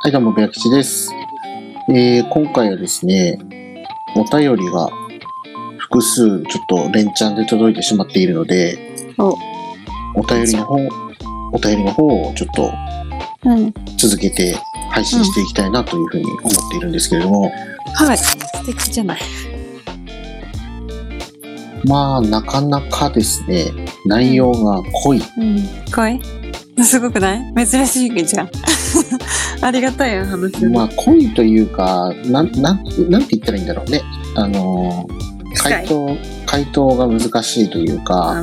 はい、どうも、ベア吉です。今回はですね、お便りが複数ちょっと連チャンで届いてしまっているので、お便りの方をちょっと続けて配信していきたいなというふうに思っているんですけれども、 はい、素敵じゃない。 まあ、なかなかですね、内容が濃い。 濃い？すごくない？珍しいじゃん。ありがたい話。 まあ、濃いというか、なんて言ったらいいんだろうね。回答が難しいというか。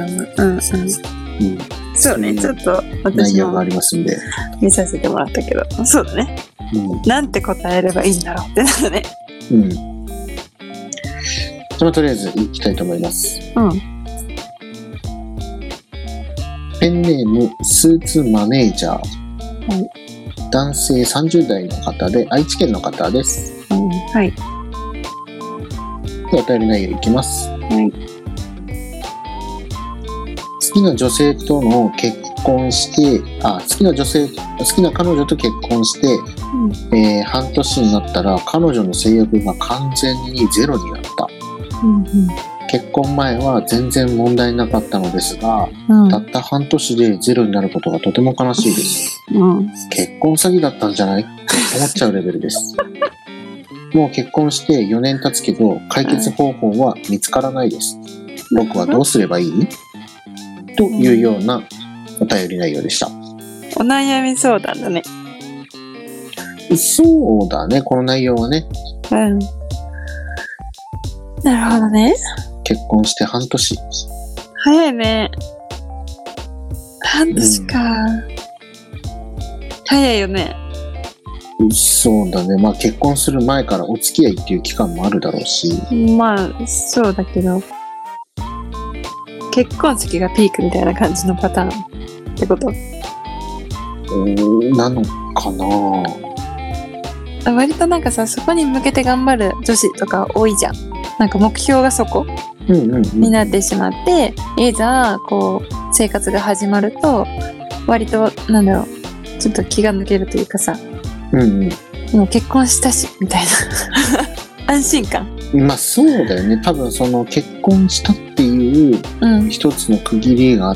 そうね、ちょっと内容がありますんで。 見させてもらったけど、そうだね。なんて答えればいいんだろうってなるね。 とりあえずいきたいと思います。ペンネームスーツマネージャー、男性30代の方で愛知県の方です。 はい。 お便り内容いきます。好きな女性との結婚して好きな彼女と結婚して、半年になったら彼女の性欲が完全にゼロになった。結婚前は全然問題なかったのですが、たった半年でゼロになることがとても悲しいです。結婚詐欺だったんじゃないって思っちゃうレベルです。もう結婚して4年経つけど解決方法は見つからないです。僕はどうすればいい？というようなお便り内容でした。 お悩み相談だね。 そうだね、この内容はね。 なるほどね。 結婚して半年。 早いね。半年か。早いよね。 そうだね。まあ結婚する前からお付き合いっていう期間もあるだろうし。 まあそうだけど、結婚式がピークみたいな感じのパターンってこと？ なのかな。 割となんかさ、そこに向けて頑張る女子とか多いじゃん。なんか目標がそこになってしまって、いざこう生活が始まると割となんだろう、ちょっと気が抜けるというかさ、もう結婚したしみたいな安心感。 まあそうだよね。多分その結婚したっていう一つの区切りがあって、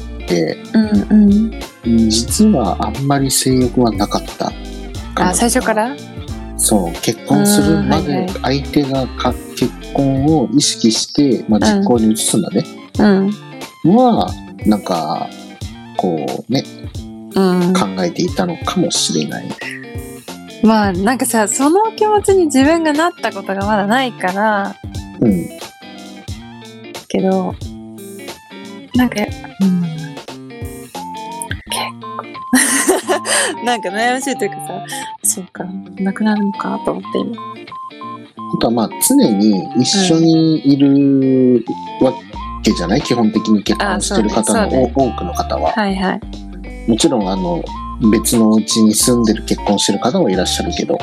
実はあんまり性欲はなかったかな。 最初から？ そう、結婚するまで相手が結婚を意識して、実行に移すんだね。なんかこうね、考えていたのかもしれない。 まあなんかさ、その気持ちに自分がなったことがまだないから、けどなんかなんか悩ましいというかさ、そうか、なくなるのかと思って今。 あとはまあ常に一緒にいるわけじゃない、基本的に結婚してる方の多くの方は。もちろん別のうちに住んでる結婚してる方もいらっしゃるけど。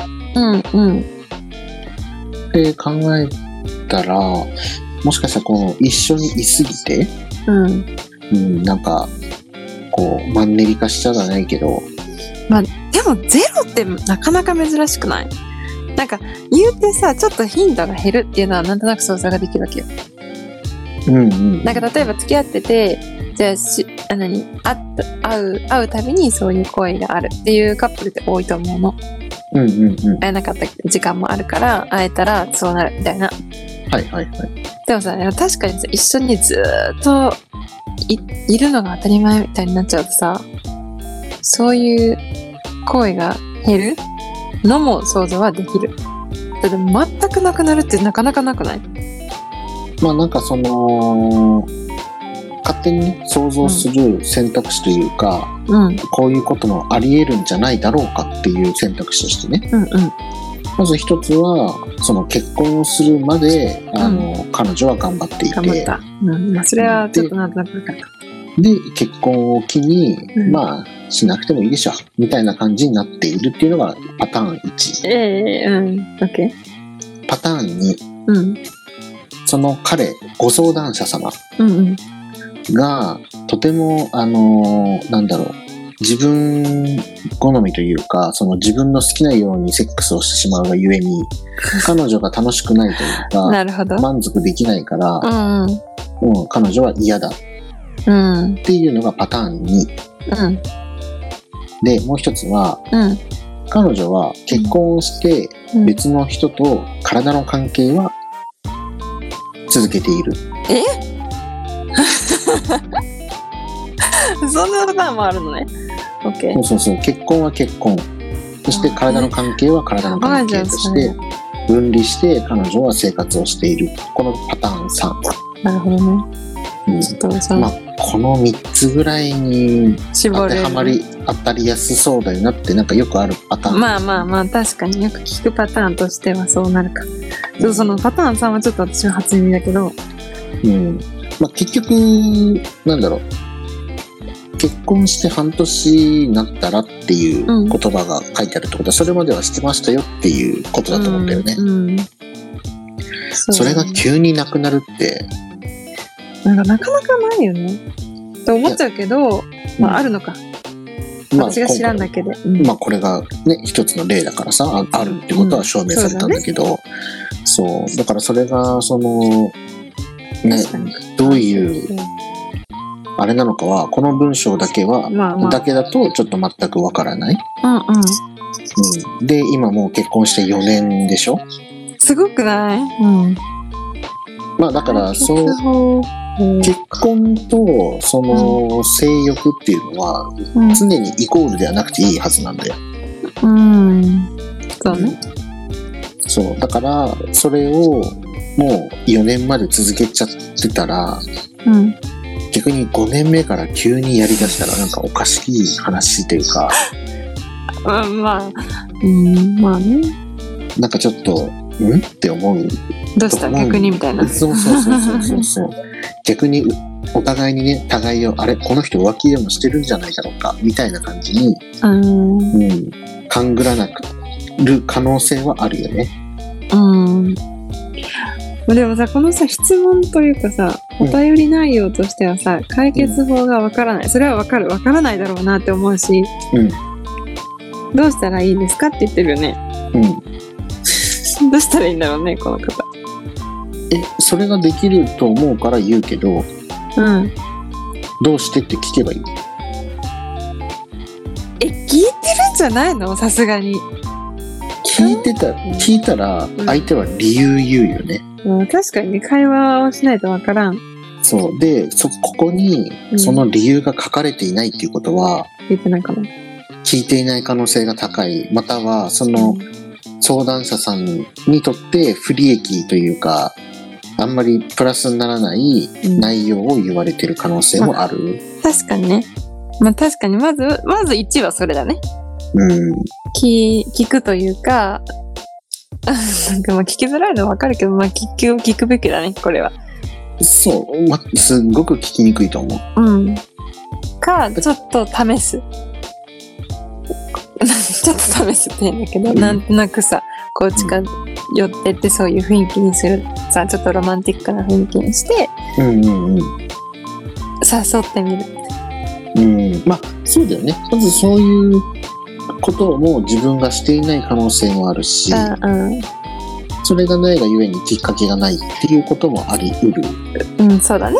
で考えたら、もしかしたらこの一緒にいすぎて、なんかこうマンネリ化しちゃわないけど。 まあでもゼロってなかなか珍しくない？なんか言うてさ、ちょっと頻度が減るっていうのはなんとなく想像ができるわけよ。なんか例えば付き合ってて、じゃあ会うたびにそういう行為があるっていうカップルって多いと思うの。会えなかった時間もあるから会えたらそうなるみたいな。でもさ、確かにさ、一緒にずっといるのが当たり前みたいになっちゃうとさ、そういう行為が減るのも想像はできる。だって全くなくなるってなかなかなくない？ まあなんかその勝手に想像する選択肢というか、こういうこともあり得るんじゃないだろうかっていう選択肢としてね、まず一つはその結婚をするまで彼女は頑張っていて、 頑張った。それはちょっとなんとなく分かった。 で結婚を機に、まあしなくてもいいでしょみたいな感じになっているっていうのがパターン1。 OK。 パターン2、そのご相談者様がとてもなんだろう、 自分好みというか、その自分の好きなようにセックスをしてしまうがゆえに、彼女が楽しくないというか、 なるほど。 満足できないから、彼女は嫌だっていうのがパターン2。で、もう一つは、彼女は結婚して別の人と体の関係は続けている。 そんなパターンもあるのね。OK。 そう。結婚は結婚。そして体の関係は体の関係として分離して彼女は生活をしている。このパターン3。 なるほどね。 まあこの3つぐらいに当てはまり当たりやすそうだよなってなんかよくあるパターン。 まあ確かによく聞くパターンとしてはそうなるか。そのパターン3はちょっと私は初耳だけど。 まあ結局なんだろう。結婚して半年になったらっていう言葉が書いてあるってことは、それまではしてましたよっていうことだと思うんだよね。それが急になくなるってなかなかないよねと思っちゃうけど、あるのか。私が知らんだけで。 これがね一つの例だからさ、あるってことは証明されたんだけど、そうだからそれがそのねどういうあれなのかはこの文章だけは、だけだとちょっと全くわからない。で今もう結婚して4年でしょ。 すごくない？ だからそう結婚とその性欲っていうのは常にイコールではなくていいはずなんだよ。 そうね。 そうだからそれをもう4年まで続けちゃってたら、逆に5年目から急にやりだしたらなんかおかしい話というかまあね、 なんかちょっとって思う。 どうした逆にみたいな。 そう逆にお互いにね、互いをあれこの人浮気でもしてるんじゃないだろうかみたいな感じに勘ぐらなくる可能性はあるよね。 でもさ、このさ質問というかさ、お便り内容としてはさ、解決法がわからない。それはわからないだろうなって思うし、どうしたらいいですかって言ってるよね。どうしたらいいんだろうね、この方。 それができると思うから言うけど、どうしてって聞けばいい？ 聞いてるんじゃないの？さすがに。 聞いたら相手は理由言うよね。 確かにね、会話をしないとわからん。 そうでここにその理由が書かれていないっていうことは、 聞いてないかも。 聞いていない可能性が高い。またはその相談者さんにとって不利益というかあんまりプラスにならない内容を言われてる可能性もある。 確かにね。確かにまず1はそれだね。聞くというかなんか聞きづらいのはわかるけど、聞くべきだね、これは。 そう、すっごく聞きにくいと思う。 ちょっと試す。ちょっと試すって言うんだけど、なんとなくさ、こう近寄ってってそういう雰囲気にするさ、ちょっとロマンティックな雰囲気にして、誘ってみる。 そうだよね。まずそういうことも自分がしていない可能性もあるし、それがないがゆえにきっかけがないっていうこともあり得る。 そうだね。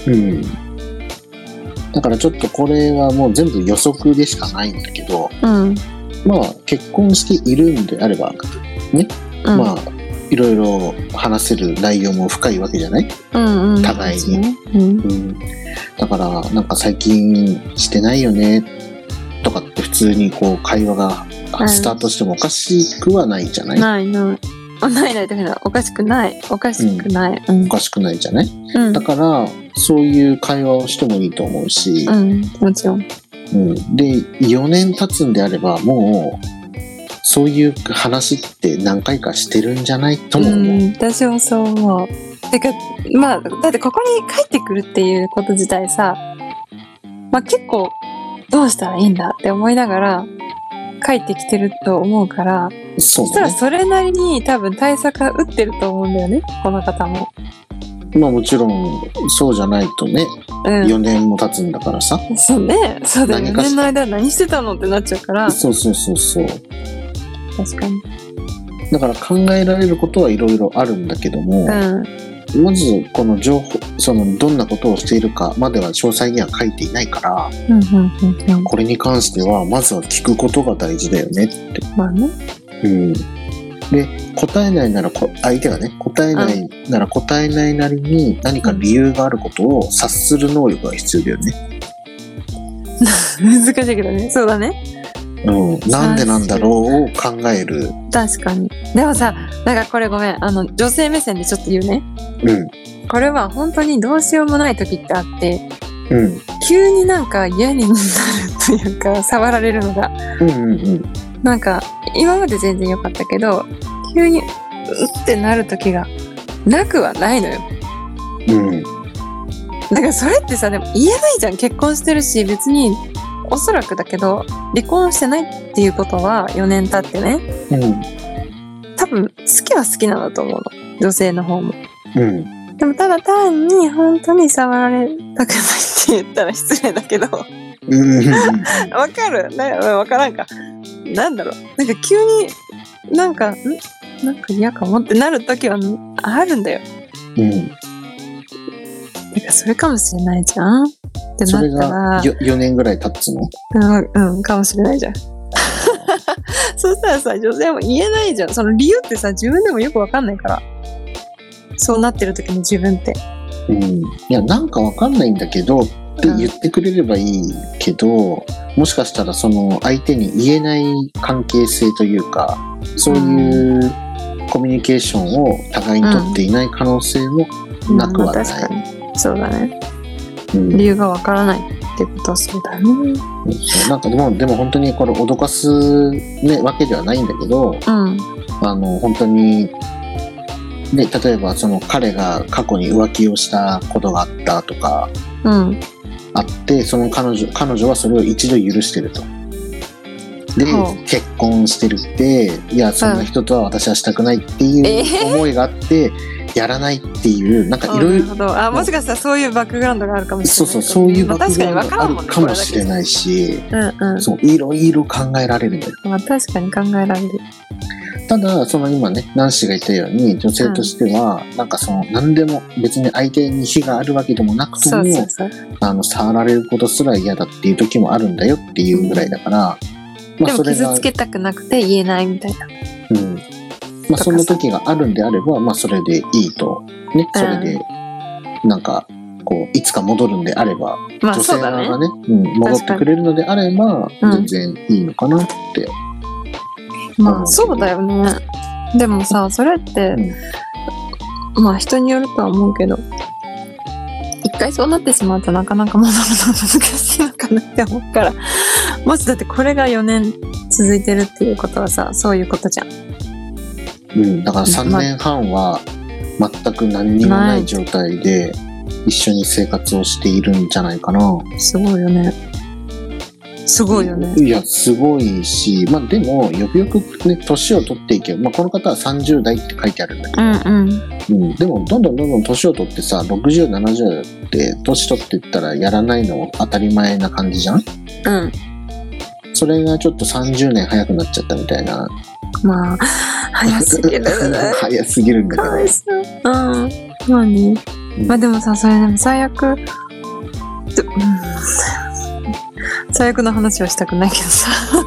だからちょっとこれはもう全部予測でしかないんだけど、結婚しているんであればね、いろいろ話せる内容も深いわけじゃない？互いに。だからなんか最近してないよねとかって普通にこう会話がスタートしてもおかしくはないじゃない？ないというのはおかしくないおかしくないじゃない？だからそういう会話をしてもいいと思うし、 もちろん。 で4年経つんであればもうそういう話って何回かしてるんじゃないとも思う。 私もそう思う。てかだってここに帰ってくるっていうこと自体さ、結構どうしたらいいんだって思いながら帰ってきてると思うから、そしたらそれなりに多分対策は打ってると思うんだよね、この方も。 まあもちろんそうじゃないとね、4年も経つんだからさ。 そうね。そうだよ。4年の間何してたのってなっちゃうから。 そう。確かに。 だから考えられることはいろいろあるんだけども、まずこの情報、どんなことをしているかまでは詳細には書いていないから、これに関してはまずは聞くことが大事だよねって。 まあね。 で、答えないなら相手がね、答えないなら答えないなりに何か理由があることを察する能力が必要だよね。 難しいけどね。そうだね。 なんでなんだろうを考える。 確かに。でもさ、なんかこれごめん、女性目線でちょっと言うね。これは本当にどうしようもない時ってあって、急になんか嫌になるというか、触られるのが。なんか、今まで全然良かったけど、急に、ってなる時がなくはないのよ。だからそれってさ、でも言えないじゃん。結婚してるし、別に、おそらくだけど、離婚してないっていうことは4年経ってね。多分、好きは好きなんだと思うの。女性の方も。でもただ単に本当に触られたくないって言ったら失礼だけど。わかる？わからんか。なんだろう。なんか急になんか嫌かもってなるときはあるんだよ。だからそれかもしれないじゃんってなったら。 それが4年ぐらい経つの？ かもしれないじゃん。そしたらさ、女性も言えないじゃん。その理由ってさ、自分でもよくわかんないから。そうなってる時の自分って。 いや、なんかわかんないんだけどって言ってくれればいいけど、もしかしたらその相手に言えない関係性というか、そういうコミュニケーションを互いに取っていない可能性もなくはない。 確かに。そうだね。理由がわからないってことはそうだね。 なんかでも本当にこれ脅かす、ね、わけではないんだけど、本当にで、例えばその彼が過去に浮気をしたことがあったとか、あって、その彼女はそれを一度許してると。で、結婚してるって、いや、そんな人とは私はしたくないっていう思いがあって、やらないっていう、なんかいろいろ。 もしかしたらそういうバックグラウンドがあるかもしれない。 そういうバックグラウンドがあるかもしれないし、いろいろ考えられるんだよ。 確かに考えられる。 ただ、今ね、ナンシーが言ったように、女性としては、なんか何でも別に相手に非があるわけでもなくとも、触られることすら嫌だっていう時もあるんだよっていうぐらいだから、 でも傷つけたくなくて言えないみたいな。 その時があるんであれば、それでいいと。ね、それで、なんか、いつか戻るんであれば、女性側がね、戻ってくれるのであれば、全然いいのかなって。 そうだよね。でもさ、それって、人によるとは思うけど、一回そうなってしまうとなかなか戻るの難しいのかなって思うから、もしだってこれが4年続いてるっていうことはさ、そういうことじゃん。 だから3年半は全く何にもない状態で一緒に生活をしているんじゃないかな。 すごいよね。すごいよね。 いや、すごいし、でも、よくよくね、年を取っていけば、この方は30代って書いてあるんだけど、でも、どんどん年を取ってさ、60、70って年取っていったらやらないの当たり前な感じじゃん？それがちょっと30年早くなっちゃったみたいな。 早すぎる。 早すぎるんだけど。 かわいそう。でもさ、それでも最悪、最悪の話はしたくないけどさ、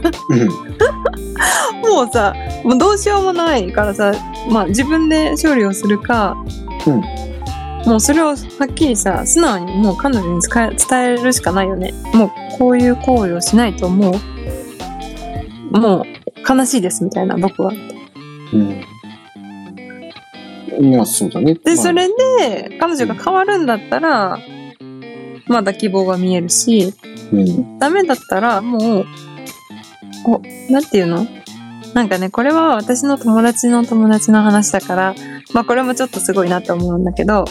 もうどうしようもないからさ、自分で処理をするか、もうそれをはっきりさ、素直にもう彼女に伝えるしかないよね。もうこういう行為をしないともう悲しいですみたいな、僕は。 そうだね。 で、それで彼女が変わるんだったら、まだ希望が見えるし、ダメだったらもう、なんていうの？なんかね、これは私の友達の友達の話だから、これもちょっとすごいなと思うんだけど、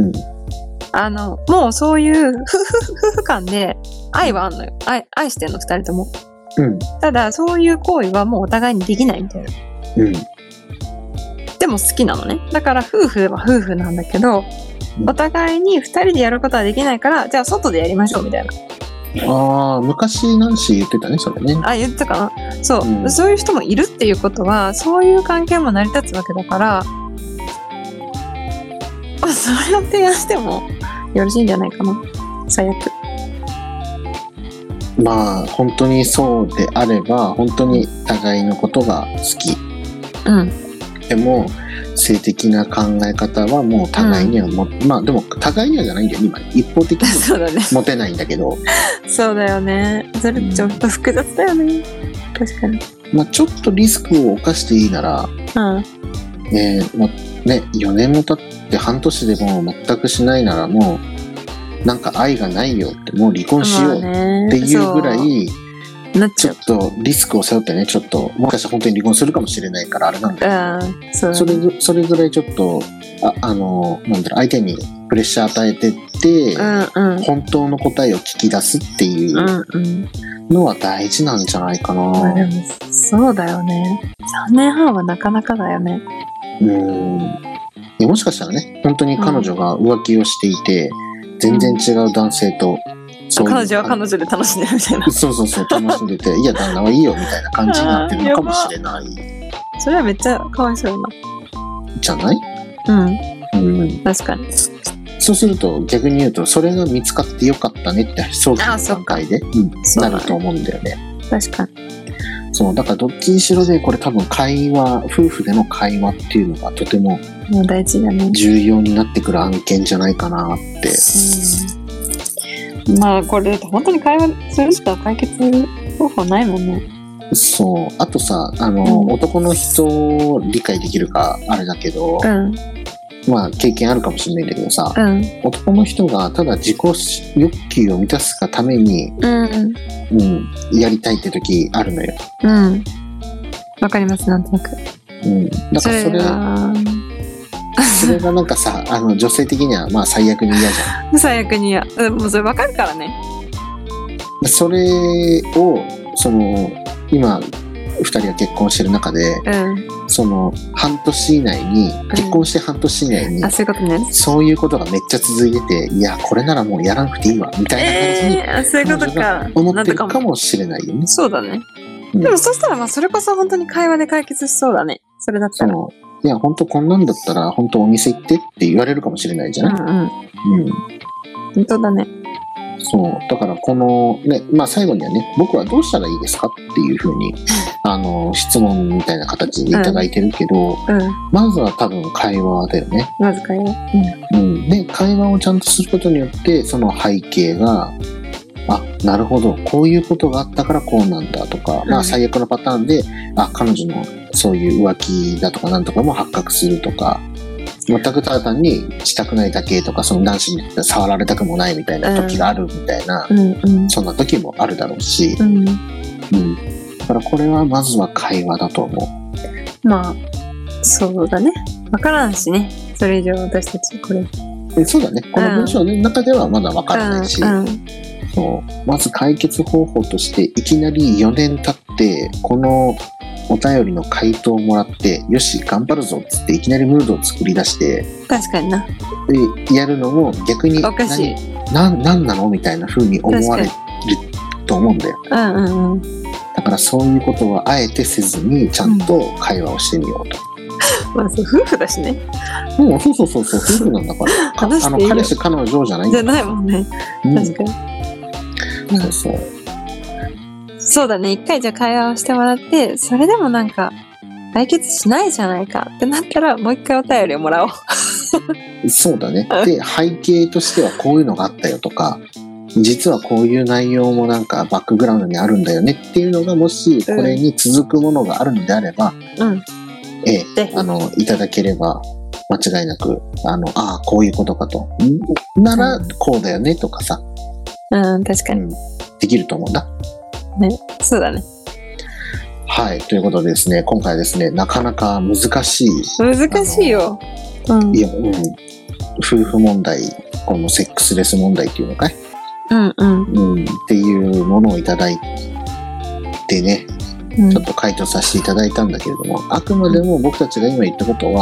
もうそういう夫婦間で愛はあんのよ。愛してんの、二人とも。ただ、そういう行為はもうお互いにできないみたいな。でも好きなのね。だから夫婦は夫婦なんだけど、 お互いに2人でやることはできないから、じゃあ外でやりましょうみたいな。 ああ、昔ナンシー言ってたね、それね。 あ、言ってたかな。そう、そういう人もいるっていうことは、そういう関係も成り立つわけだから、それを提案してもよろしいんじゃないかな、最悪。 まあ本当にそうであれば、本当に互いのことが好き。でも性的な考え方はもう互いにはまあでも互いにはじゃないんだよ、今一方的に持てないんだけど。 そうだね。そうだよね。それちょっと複雑だよね。確かに。 まあちょっとリスクを冒していいなら、ね、4年も経って半年でも全くしないならもうなんか愛がないよって、もう離婚しようっていうぐらい、ちょっとリスクを背負ってね、ちょっともしかしたら本当に離婚するかもしれないからあれなんだけど、それぐらいちょっとなんだろう、相手にプレッシャー与えてって、本当の答えを聞き出すっていうのは大事なんじゃないかな。 でもそうだよね。3年半はなかなかだよね。 もしかしたらね、本当に彼女が浮気をしていて、全然違う男性と彼女は彼女で楽しんでるみたいな。 そう楽しんでていや旦那はいいよみたいな感じになってるのかもしれない。 それはめっちゃかわいそうやな。じゃない？ 確かに。 そうすると逆に言うと、それが見つかってよかったねって早期の段階でなると思うんだよね。 確かに。 そうだからどっちにしろでこれ多分夫婦での会話っていうのがとても大事だね。 重要になってくる案件じゃないかなって。 まあこれ本当に会話するしか解決方法ないもんね。 そう。あとさ、男の人を理解できるかあれだけど、まあ経験あるかもしれないんだけどさ、男の人がただ自己欲求を満たすがために、やりたいって時あるのよ。 わかります、なんとなく。 だからそれがなんかさ、女性的にはまあ最悪に嫌じゃん。 最悪に嫌。もうそれわかるからね。 それを今2人が結婚してる中で、半年以内に、結婚して半年以内に、そういうことがめっちゃ続いてて、いやこれならもうやらなくていいわみたいな感じに、 そういうことか思ってるかもしれないよね。 そうだね。でもそしたらまあそれこそ本当に会話で解決しそうだね。それだったら。 いや本当こんなんだったら本当お店行ってって言われるかもしれないじゃない。 本当だね。 そうだからこのね、まあ最後にはね、僕はどうしたらいいですかっていうふうに質問みたいな形でいただいてるけど、まずは多分会話だよね。 まず会話。 で会話をちゃんとすることによってその背景が、なるほどこういうことがあったからこうなんだとか、まあ最悪のパターンで彼女のそういう浮気だとかなんとかも発覚するとか、全くただ単にしたくないだけとか、その男子に触られたくもないみたいな時があるみたいな、そんな時もあるだろうし、だからこれはまずは会話だと思う。まあそうだね。わからんしね、それ以上私たちこれ。 そうだね。この文章の中ではまだわからないし、まず解決方法としていきなり4年経ってこのお便りの回答をもらって、よし頑張るぞっつっていきなりムードを作り出して、 確かにな。 でやるのも逆におかしい。 なんなのみたいな風に思われると思うんだよ。だからそういうことはあえてせずにちゃんと会話をしてみようと。 まあ夫婦だしね。 そう夫婦なんだから彼氏彼女じゃないんだ。 じゃないもんね。確かに。そうだね。一回じゃあ会話をしてもらって、それでもなんか解決しないじゃないかってなったら、もう一回お便りをもらおう。 そうだね。で背景としてはこういうのがあったよとか、実はこういう内容もなんかバックグラウンドにあるんだよねっていうのが、もしこれに続くものがあるのであれば、いただければ間違いなくこういうことかと、ならこうだよねとかさ、 確かに、 できると思うんだね。そうだね。 はい、ということでですね、今回はですね、なかなか難しいよ。 いや、夫婦問題、このセックスレス問題っていうのかい、っていうものをいただいてね、ちょっと回答させていただいたんだけれども、あくまでも僕たちが今言ったことは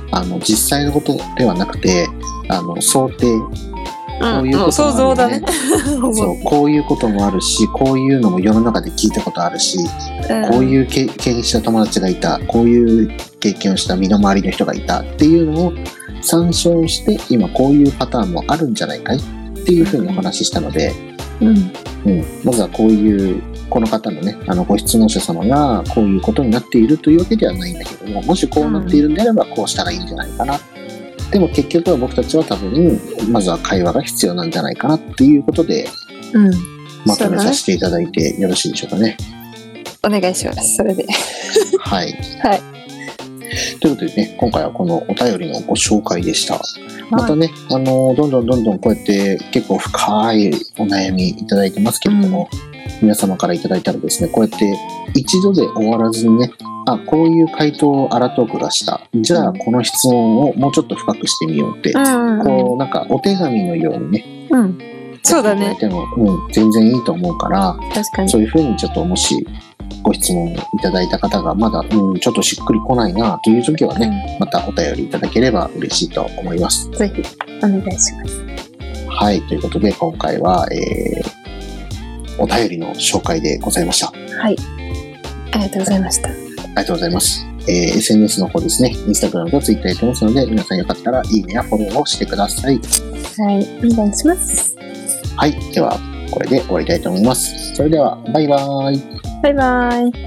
実際のことではなくて想定、こういうこと想像だね。 そうこういうこともあるし、こういうのも世の中で聞いたことあるし、こういう経験した友達がいた、こういう経験をした身の回りの人がいたっていうのを参照して、今こういうパターンもあるんじゃないかいっていうふうにお話ししたので、まずはこの方のねご質問者様がこういうことになっているというわけではないんだけども、もしこうなっているんであればこうしたらいいんじゃないかな。でも結局は僕たちは多分まずは会話が必要なんじゃないかなっていうことで、まとめさせていただいてよろしいでしょうかね。 お願いします。それではい、ということでね、今回はこのお便りのご紹介でした。またね、どんどんこうやって結構深いお悩みいただいてますけれども、皆様からいただいたらですね、こうやって一度で終わらずにね、こういう回答をアラトークがした、じゃあこの質問をもうちょっと深くしてみようって、こうなんかお手紙のようにね、 そうだね、 全然いいと思うから、 確かにそういうふうにちょっともしご質問いただいた方がまだ、ちょっとしっくりこないなという時はね、またお便りいただければ嬉しいと思います。 ぜひお願いします。 はい、ということで今回は、お便りの紹介でございました。 はい、ありがとうございました。 ありがとうございます。SNS の方ですね、インスタグラムとツイッターやってますので、皆さんよかったらいいねやフォローをしてください。 はい、お願いします。 はい、ではこれで終わりたいと思います。それではバイバーイ。 バイバイ。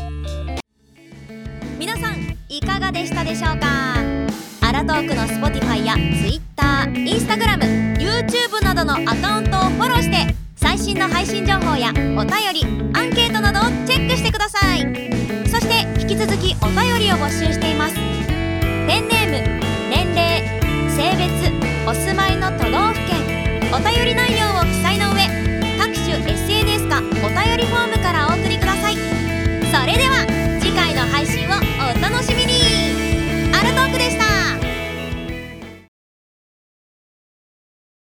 皆さんいかがでしたでしょうか。アラトークの Spotify や Twitter、Instagram、YouTube などのアカウントをフォローして最新の配信情報やお便り、アンケートなどをチェックしてください。そして引き続きお便りを募集しています。